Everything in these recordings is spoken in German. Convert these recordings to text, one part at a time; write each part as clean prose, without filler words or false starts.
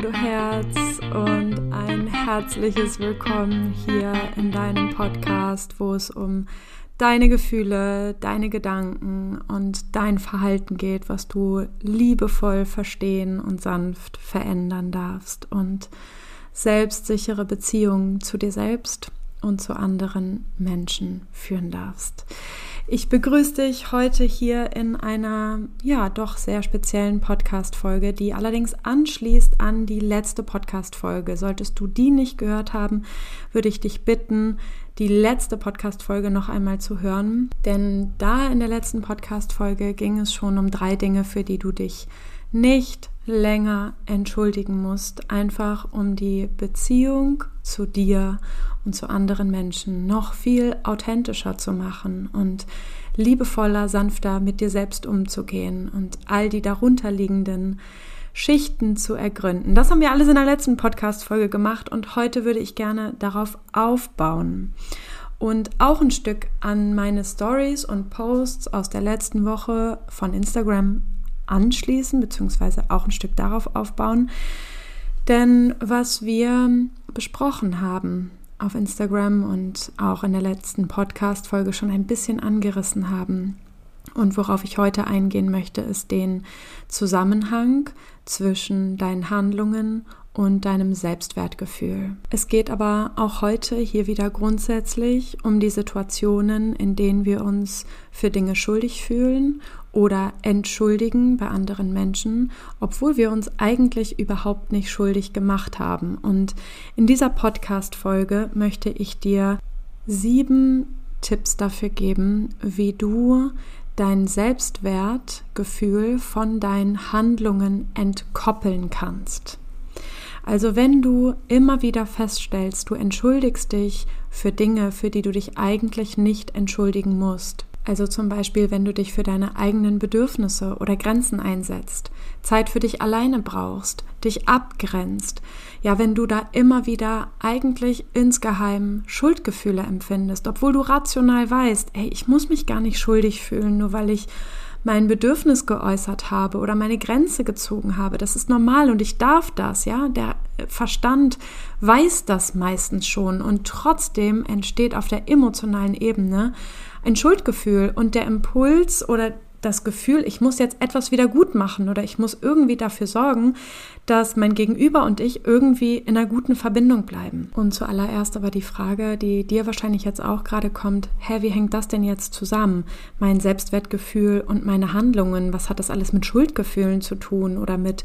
du Herz, und ein herzliches Willkommen hier in deinem Podcast, wo es um deine Gefühle, deine Gedanken und dein Verhalten geht, was du liebevoll verstehen und sanft verändern darfst und selbstsichere Beziehungen zu dir selbst und zu anderen Menschen führen darfst. Ich begrüße dich heute hier in einer, doch sehr speziellen Podcast-Folge, die allerdings anschließt an die letzte Podcast-Folge. Solltest du die nicht gehört haben, würde ich dich bitten, die letzte Podcast-Folge noch einmal zu hören. Denn da in der letzten Podcast-Folge ging es schon um 3 Dinge, für die du dich nicht länger entschuldigen musst, einfach um die Beziehung zu dir und zu anderen Menschen noch viel authentischer zu machen und liebevoller, sanfter mit dir selbst umzugehen und all die darunterliegenden Schichten zu ergründen. Das haben wir alles in der letzten Podcast-Folge gemacht und heute würde ich gerne darauf aufbauen und auch ein Stück an meine Stories und Posts aus der letzten Woche von Instagram anschließen, beziehungsweise auch ein Stück darauf aufbauen. Denn was wir besprochen haben auf Instagram und auch in der letzten Podcast-Folge schon ein bisschen angerissen haben und worauf ich heute eingehen möchte, ist den Zusammenhang zwischen deinen Handlungen und deinem Selbstwertgefühl. Es geht aber auch heute hier wieder grundsätzlich um die Situationen, in denen wir uns für Dinge schuldig fühlen oder entschuldigen bei anderen Menschen, obwohl wir uns eigentlich überhaupt nicht schuldig gemacht haben. Und in dieser Podcast-Folge möchte ich dir 7 Tipps dafür geben, wie du dein Selbstwertgefühl von deinen Handlungen entkoppeln kannst. Also wenn du immer wieder feststellst, du entschuldigst dich für Dinge, für die du dich eigentlich nicht entschuldigen musst. Also zum Beispiel, wenn du dich für deine eigenen Bedürfnisse oder Grenzen einsetzt, Zeit für dich alleine brauchst, dich abgrenzt. Ja, wenn du da immer wieder eigentlich insgeheim Schuldgefühle empfindest, obwohl du rational weißt, ich muss mich gar nicht schuldig fühlen, nur weil ich mein Bedürfnis geäußert habe oder meine Grenze gezogen habe. Das ist normal und ich darf das, ja. Der Verstand weiß das meistens schon und trotzdem entsteht auf der emotionalen Ebene ein Schuldgefühl und der Impuls oder das Gefühl, ich muss jetzt etwas wieder gut machen oder ich muss irgendwie dafür sorgen, dass mein Gegenüber und ich irgendwie in einer guten Verbindung bleiben. Und zuallererst aber die Frage, die dir wahrscheinlich jetzt auch gerade kommt, wie hängt das denn jetzt zusammen? Mein Selbstwertgefühl und meine Handlungen, was hat das alles mit Schuldgefühlen zu tun oder mit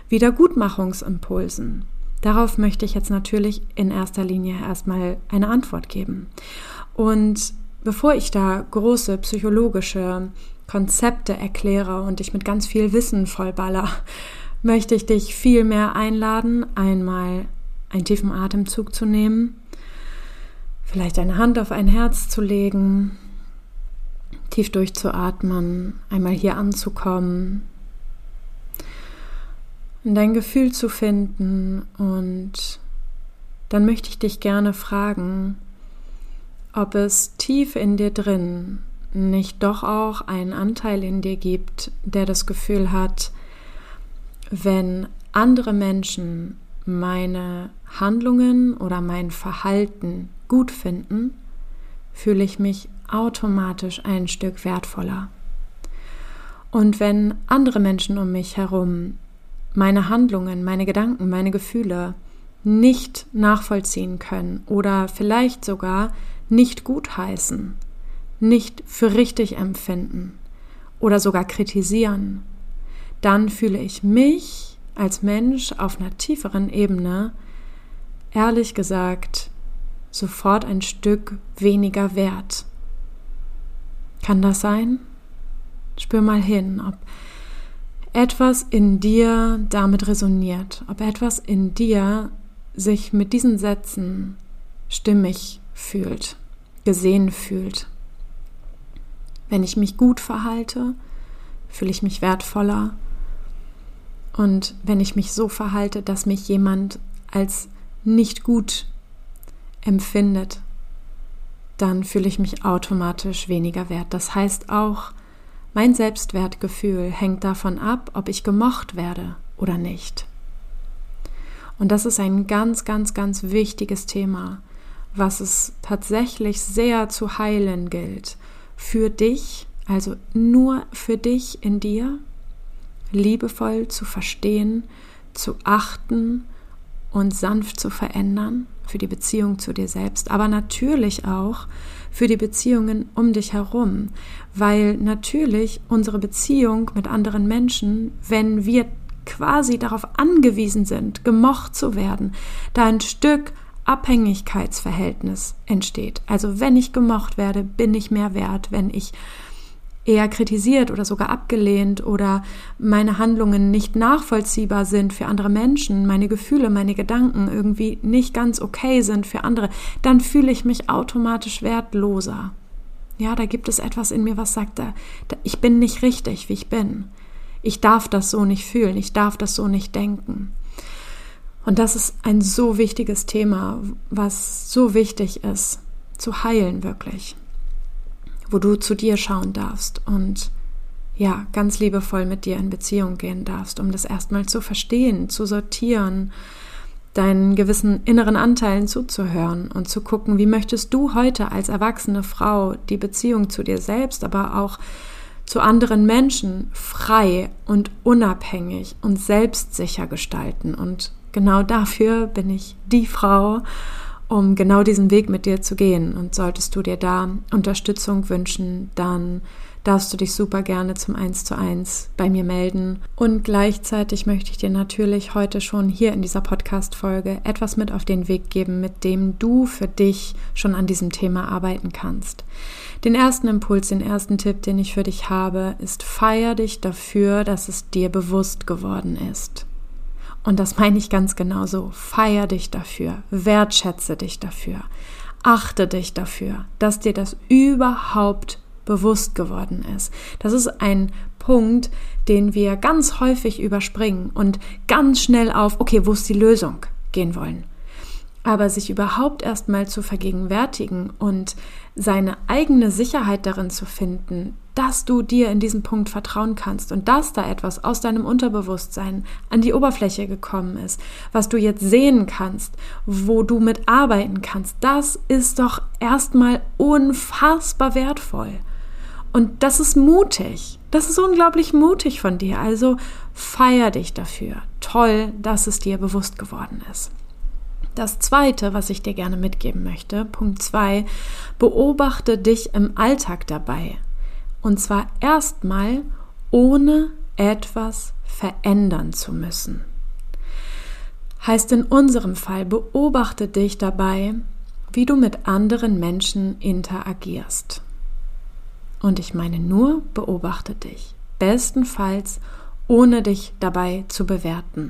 Wiedergutmachungsimpulsen? Darauf möchte ich jetzt natürlich in erster Linie erstmal eine Antwort geben. Und bevor ich da große psychologische Konzepte erkläre und dich mit ganz viel Wissen vollballer, möchte ich dich viel mehr einladen, einmal einen tiefen Atemzug zu nehmen, vielleicht eine Hand auf ein Herz zu legen, tief durchzuatmen, einmal hier anzukommen, und dein Gefühl zu finden. Und dann möchte ich dich gerne fragen, ob es tief in dir drin nicht doch auch einen Anteil in dir gibt, der das Gefühl hat, wenn andere Menschen meine Handlungen oder mein Verhalten gut finden, fühle ich mich automatisch ein Stück wertvoller. Und wenn andere Menschen um mich herum meine Handlungen, meine Gedanken, meine Gefühle nicht nachvollziehen können oder vielleicht sogar nicht gutheißen, nicht für richtig empfinden oder sogar kritisieren, dann fühle ich mich als Mensch auf einer tieferen Ebene, ehrlich gesagt, sofort ein Stück weniger wert. Kann das sein? Spür mal hin, ob etwas in dir damit resoniert, ob etwas in dir sich mit diesen Sätzen stimmig fühlt, gesehen fühlt. Wenn ich mich gut verhalte, fühle ich mich wertvoller. Und wenn ich mich so verhalte, dass mich jemand als nicht gut empfindet, dann fühle ich mich automatisch weniger wert. Das heißt auch, mein Selbstwertgefühl hängt davon ab, ob ich gemocht werde oder nicht. Und das ist ein ganz, ganz, ganz wichtiges Thema, was es tatsächlich sehr zu heilen gilt. Für dich, also nur für dich in dir, liebevoll zu verstehen, zu achten und sanft zu verändern für die Beziehung zu dir selbst, aber natürlich auch für die Beziehungen um dich herum, weil natürlich unsere Beziehung mit anderen Menschen, wenn wir quasi darauf angewiesen sind, gemocht zu werden, da ein Stück Abhängigkeitsverhältnis entsteht. Also wenn ich gemocht werde, bin ich mehr wert. Wenn ich eher kritisiert oder sogar abgelehnt oder meine Handlungen nicht nachvollziehbar sind für andere Menschen, meine Gefühle, meine Gedanken irgendwie nicht ganz okay sind für andere, dann fühle ich mich automatisch wertloser. Ja, da gibt es etwas in mir, was sagt, ich bin nicht richtig, wie ich bin. Ich darf das so nicht fühlen, ich darf das so nicht denken. Und das ist ein so wichtiges Thema, was so wichtig ist, zu heilen wirklich, wo du zu dir schauen darfst und ja, ganz liebevoll mit dir in Beziehung gehen darfst, um das erstmal zu verstehen, zu sortieren, deinen gewissen inneren Anteilen zuzuhören und zu gucken, wie möchtest du heute als erwachsene Frau die Beziehung zu dir selbst, aber auch zu anderen Menschen frei und unabhängig und selbstsicher gestalten. Und genau dafür bin ich die Frau, um genau diesen Weg mit dir zu gehen. Und solltest du dir da Unterstützung wünschen, dann darfst du dich super gerne zum 1:1 bei mir melden. Und gleichzeitig möchte ich dir natürlich heute schon hier in dieser Podcast-Folge etwas mit auf den Weg geben, mit dem du für dich schon an diesem Thema arbeiten kannst. Den ersten Impuls, den ersten Tipp, den ich für dich habe, ist: Feier dich dafür, dass es dir bewusst geworden ist. Und das meine ich ganz genau so. Feier dich dafür, wertschätze dich dafür, achte dich dafür, dass dir das überhaupt bewusst geworden ist. Das ist ein Punkt, den wir ganz häufig überspringen und ganz schnell auf, okay, wo ist die Lösung, gehen wollen. Aber sich überhaupt erstmal zu vergegenwärtigen und seine eigene Sicherheit darin zu finden, dass du dir in diesem Punkt vertrauen kannst und dass da etwas aus deinem Unterbewusstsein an die Oberfläche gekommen ist, was du jetzt sehen kannst, wo du mit arbeiten kannst, das ist doch erstmal unfassbar wertvoll. Und das ist mutig. Das ist unglaublich mutig von dir. Also feier dich dafür. Toll, dass es dir bewusst geworden ist. Das Zweite, was ich dir gerne mitgeben möchte, Punkt 2, beobachte dich im Alltag dabei. Und zwar erstmal, ohne etwas verändern zu müssen. Heißt in unserem Fall, beobachte dich dabei, wie du mit anderen Menschen interagierst. Und ich meine nur, beobachte dich. Bestenfalls, ohne dich dabei zu bewerten.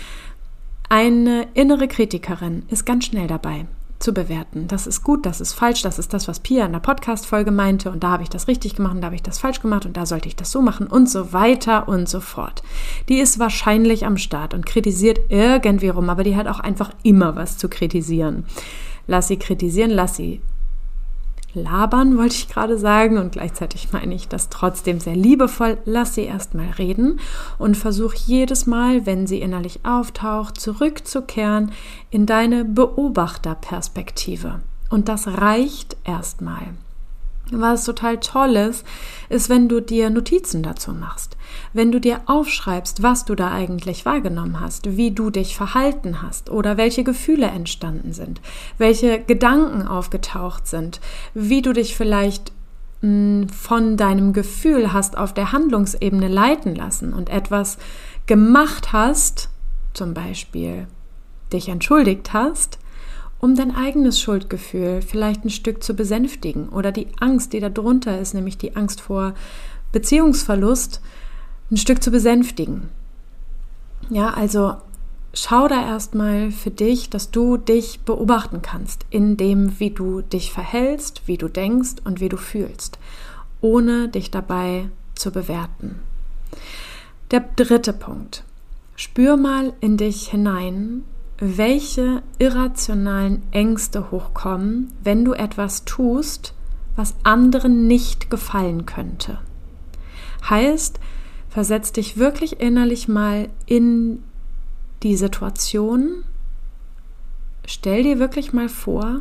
Eine innere Kritikerin ist ganz schnell dabei zu bewerten. Das ist gut, das ist falsch, das ist das, was Pia in der Podcast-Folge meinte und da habe ich das richtig gemacht und da habe ich das falsch gemacht und da sollte ich das so machen und so weiter und so fort. Die ist wahrscheinlich am Start und kritisiert irgendwie rum, aber die hat auch einfach immer was zu kritisieren. Lass sie kritisieren, lass sie labern, wollte ich gerade sagen, und gleichzeitig meine ich das trotzdem sehr liebevoll. Lass sie erstmal reden und versuch jedes Mal, wenn sie innerlich auftaucht, zurückzukehren in deine Beobachterperspektive. Und das reicht erstmal. Was total toll ist, wenn du dir Notizen dazu machst. Wenn du dir aufschreibst, was du da eigentlich wahrgenommen hast, wie du dich verhalten hast oder welche Gefühle entstanden sind, welche Gedanken aufgetaucht sind, wie du dich vielleicht von deinem Gefühl hast auf der Handlungsebene leiten lassen und etwas gemacht hast, zum Beispiel dich entschuldigt hast, um dein eigenes Schuldgefühl vielleicht ein Stück zu besänftigen oder die Angst, die da drunter ist, nämlich die Angst vor Beziehungsverlust, ein Stück zu besänftigen. Ja, also schau da erstmal für dich, dass du dich beobachten kannst in dem, wie du dich verhältst, wie du denkst und wie du fühlst, ohne dich dabei zu bewerten. Der dritte Punkt. Spür mal in dich hinein, welche irrationalen Ängste hochkommen, wenn du etwas tust, was anderen nicht gefallen könnte. Heißt, versetz dich wirklich innerlich mal in die Situation, stell dir wirklich mal vor,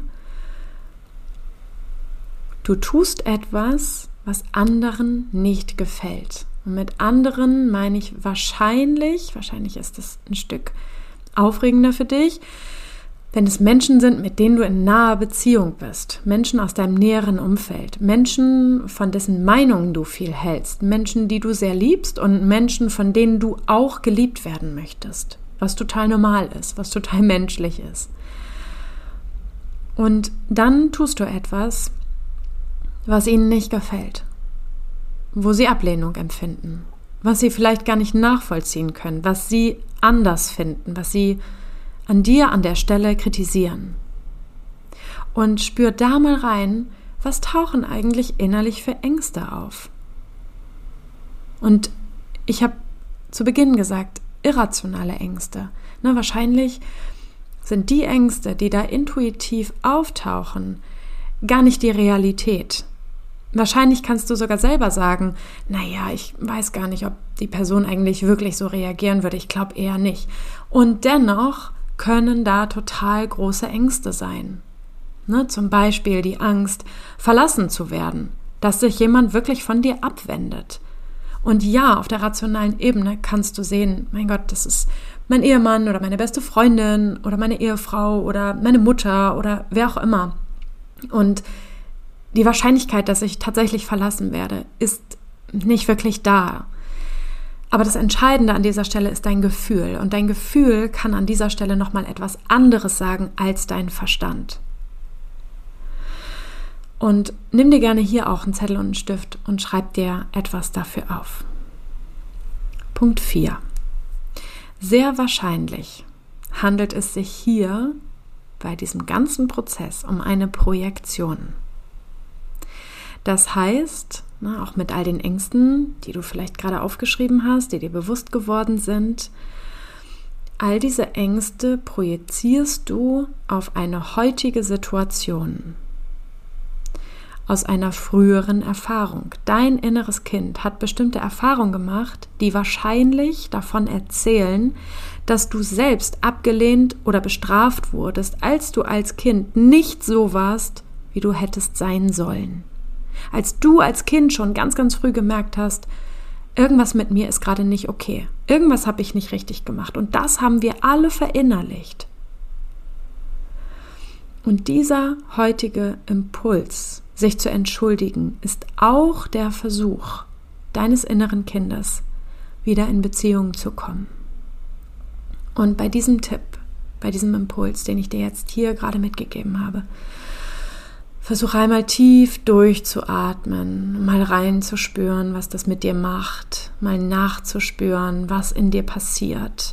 du tust etwas, was anderen nicht gefällt. Und mit anderen meine ich wahrscheinlich ist das ein Stück aufregender für dich, wenn es Menschen sind, mit denen du in naher Beziehung bist, Menschen aus deinem näheren Umfeld, Menschen, von dessen Meinungen du viel hältst, Menschen, die du sehr liebst und Menschen, von denen du auch geliebt werden möchtest, was total normal ist, was total menschlich ist. Und dann tust du etwas, was ihnen nicht gefällt, wo sie Ablehnung empfinden, was sie vielleicht gar nicht nachvollziehen können, was sie anders finden, was sie an dir an der Stelle kritisieren. Und spür da mal rein, was tauchen eigentlich innerlich für Ängste auf. Und ich habe zu Beginn gesagt, irrationale Ängste. Wahrscheinlich sind die Ängste, die da intuitiv auftauchen, gar nicht die Realität. Wahrscheinlich kannst du sogar selber sagen, naja, ich weiß gar nicht, ob die Person eigentlich wirklich so reagieren würde. Ich glaube eher nicht. Und dennoch können da total große Ängste sein. Zum Beispiel die Angst, verlassen zu werden, dass sich jemand wirklich von dir abwendet. Und ja, auf der rationalen Ebene kannst du sehen, mein Gott, das ist mein Ehemann oder meine beste Freundin oder meine Ehefrau oder meine Mutter oder wer auch immer. Und die Wahrscheinlichkeit, dass ich tatsächlich verlassen werde, ist nicht wirklich da. Aber das Entscheidende an dieser Stelle ist dein Gefühl. Und dein Gefühl kann an dieser Stelle nochmal etwas anderes sagen als dein Verstand. Und nimm dir gerne hier auch einen Zettel und einen Stift und schreib dir etwas dafür auf. Punkt 4. Sehr wahrscheinlich handelt es sich hier bei diesem ganzen Prozess um eine Projektion. Das heißt, auch mit all den Ängsten, die du vielleicht gerade aufgeschrieben hast, die dir bewusst geworden sind, all diese Ängste projizierst du auf eine heutige Situation aus einer früheren Erfahrung. Dein inneres Kind hat bestimmte Erfahrungen gemacht, die wahrscheinlich davon erzählen, dass du selbst abgelehnt oder bestraft wurdest, als du als Kind nicht so warst, wie du hättest sein sollen. Als du als Kind schon ganz, ganz früh gemerkt hast, irgendwas mit mir ist gerade nicht okay. Irgendwas habe ich nicht richtig gemacht. Und das haben wir alle verinnerlicht. Und dieser heutige Impuls, sich zu entschuldigen, ist auch der Versuch deines inneren Kindes, wieder in Beziehung zu kommen. Und bei diesem Tipp, bei diesem Impuls, den ich dir jetzt hier gerade mitgegeben habe, versuche einmal tief durchzuatmen, mal reinzuspüren, was das mit dir macht, mal nachzuspüren, was in dir passiert.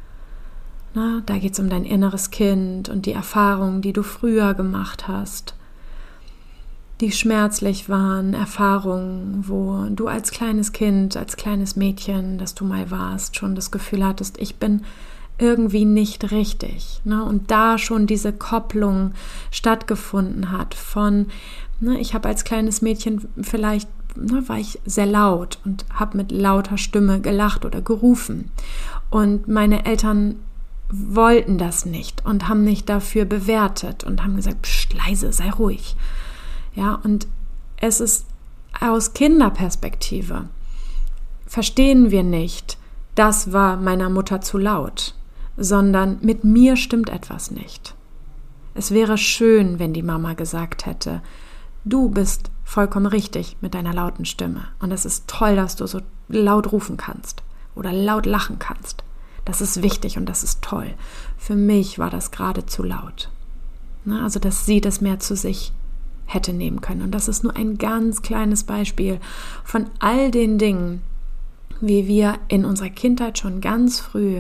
Da geht es um dein inneres Kind und die Erfahrungen, die du früher gemacht hast, die schmerzlich waren, Erfahrungen, wo du als kleines Kind, als kleines Mädchen, das du mal warst, schon das Gefühl hattest, ich bin irgendwie nicht richtig. Und da schon diese Kopplung stattgefunden hat von, ich habe als kleines Mädchen vielleicht, war ich sehr laut und habe mit lauter Stimme gelacht oder gerufen. Und meine Eltern wollten das nicht und haben mich dafür bewertet und haben gesagt, pst, leise, sei ruhig. Ja, und es ist aus Kinderperspektive, verstehen wir nicht, das war meiner Mutter zu laut, sondern mit mir stimmt etwas nicht. Es wäre schön, wenn die Mama gesagt hätte, du bist vollkommen richtig mit deiner lauten Stimme und es ist toll, dass du so laut rufen kannst oder laut lachen kannst. Das ist wichtig und das ist toll. Für mich war das gerade zu laut. Also, dass sie das mehr zu sich hätte nehmen können. Und das ist nur ein ganz kleines Beispiel von all den Dingen, wie wir in unserer Kindheit schon ganz früh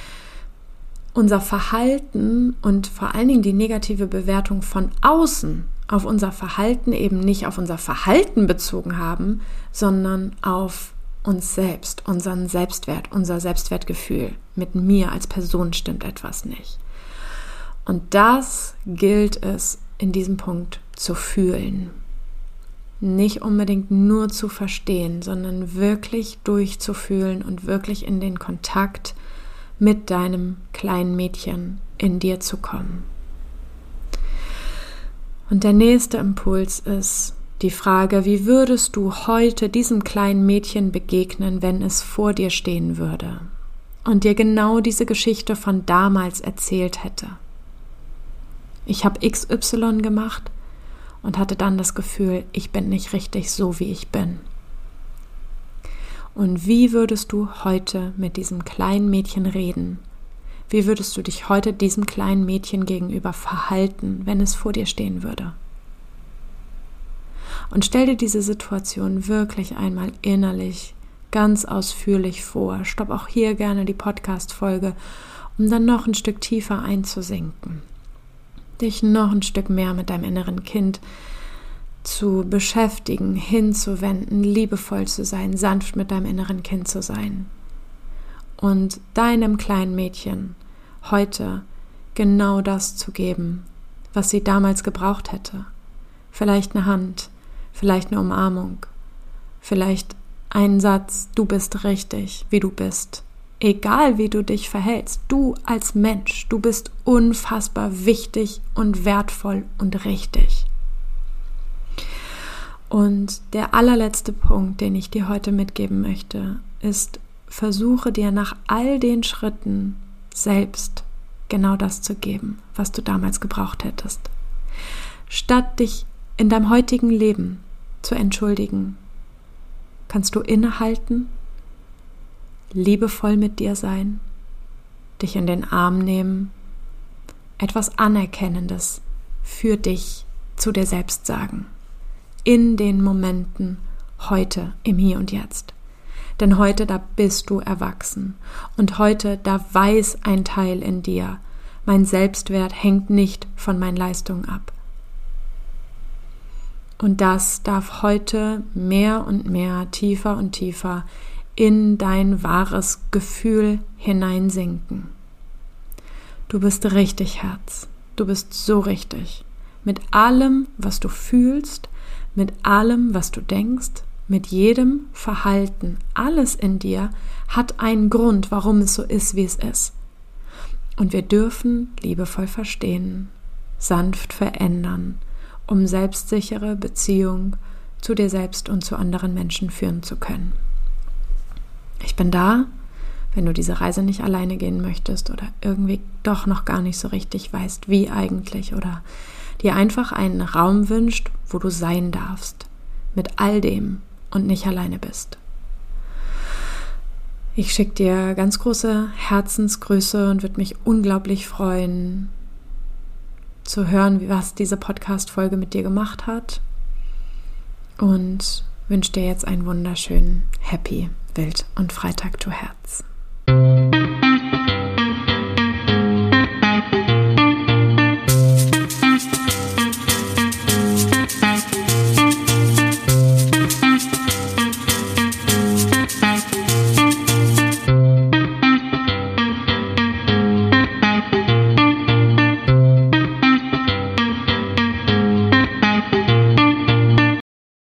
unser Verhalten und vor allen Dingen die negative Bewertung von außen auf unser Verhalten eben nicht auf unser Verhalten bezogen haben, sondern auf uns selbst, unseren Selbstwert, unser Selbstwertgefühl. Mit mir als Person stimmt etwas nicht. Und das gilt es in diesem Punkt zu fühlen. Nicht unbedingt nur zu verstehen, sondern wirklich durchzufühlen und wirklich in den Kontakt mit deinem kleinen Mädchen in dir zu kommen. Und der nächste Impuls ist die Frage, wie würdest du heute diesem kleinen Mädchen begegnen, wenn es vor dir stehen würde und dir genau diese Geschichte von damals erzählt hätte? Ich habe XY gemacht und hatte dann das Gefühl, ich bin nicht richtig so, wie ich bin. Und wie würdest du heute mit diesem kleinen Mädchen reden? Wie würdest du dich heute diesem kleinen Mädchen gegenüber verhalten, wenn es vor dir stehen würde? Und stell dir diese Situation wirklich einmal innerlich ganz ausführlich vor. Stopp auch hier gerne die Podcast-Folge, um dann noch ein Stück tiefer einzusinken. Dich noch ein Stück mehr mit deinem inneren Kind zu beschäftigen, hinzuwenden, liebevoll zu sein, sanft mit deinem inneren Kind zu sein. Und deinem kleinen Mädchen heute genau das zu geben, was sie damals gebraucht hätte. Vielleicht eine Hand, vielleicht eine Umarmung, vielleicht einen Satz, du bist richtig, wie du bist. Egal wie du dich verhältst, du als Mensch, du bist unfassbar wichtig und wertvoll und richtig. Und der allerletzte Punkt, den ich dir heute mitgeben möchte, ist, versuche dir nach all den Schritten selbst genau das zu geben, was du damals gebraucht hättest. Statt dich in deinem heutigen Leben zu entschuldigen, kannst du innehalten, liebevoll mit dir sein, dich in den Arm nehmen, etwas Anerkennendes für dich zu dir selbst sagen. In den Momenten heute, im Hier und Jetzt. Denn heute, da bist du erwachsen. Und heute, da weiß ein Teil in dir, mein Selbstwert hängt nicht von meinen Leistungen ab. Und das darf heute mehr und mehr, tiefer und tiefer in dein wahres Gefühl hineinsinken. Du bist richtig, Herz. Du bist so richtig. Mit allem, was du fühlst, mit allem, was du denkst, mit jedem Verhalten, alles in dir hat einen Grund, warum es so ist, wie es ist. Und wir dürfen liebevoll verstehen, sanft verändern, um selbstsichere Beziehung zu dir selbst und zu anderen Menschen führen zu können. Ich bin da, wenn du diese Reise nicht alleine gehen möchtest oder irgendwie doch noch gar nicht so richtig weißt, wie eigentlich, oder dir einfach einen Raum wünscht, wo du sein darfst, mit all dem und nicht alleine bist. Ich schicke dir ganz große Herzensgrüße und würde mich unglaublich freuen, zu hören, was diese Podcast-Folge mit dir gemacht hat, und wünsche dir jetzt einen wunderschönen Happy, Wild und Freitag to Herz.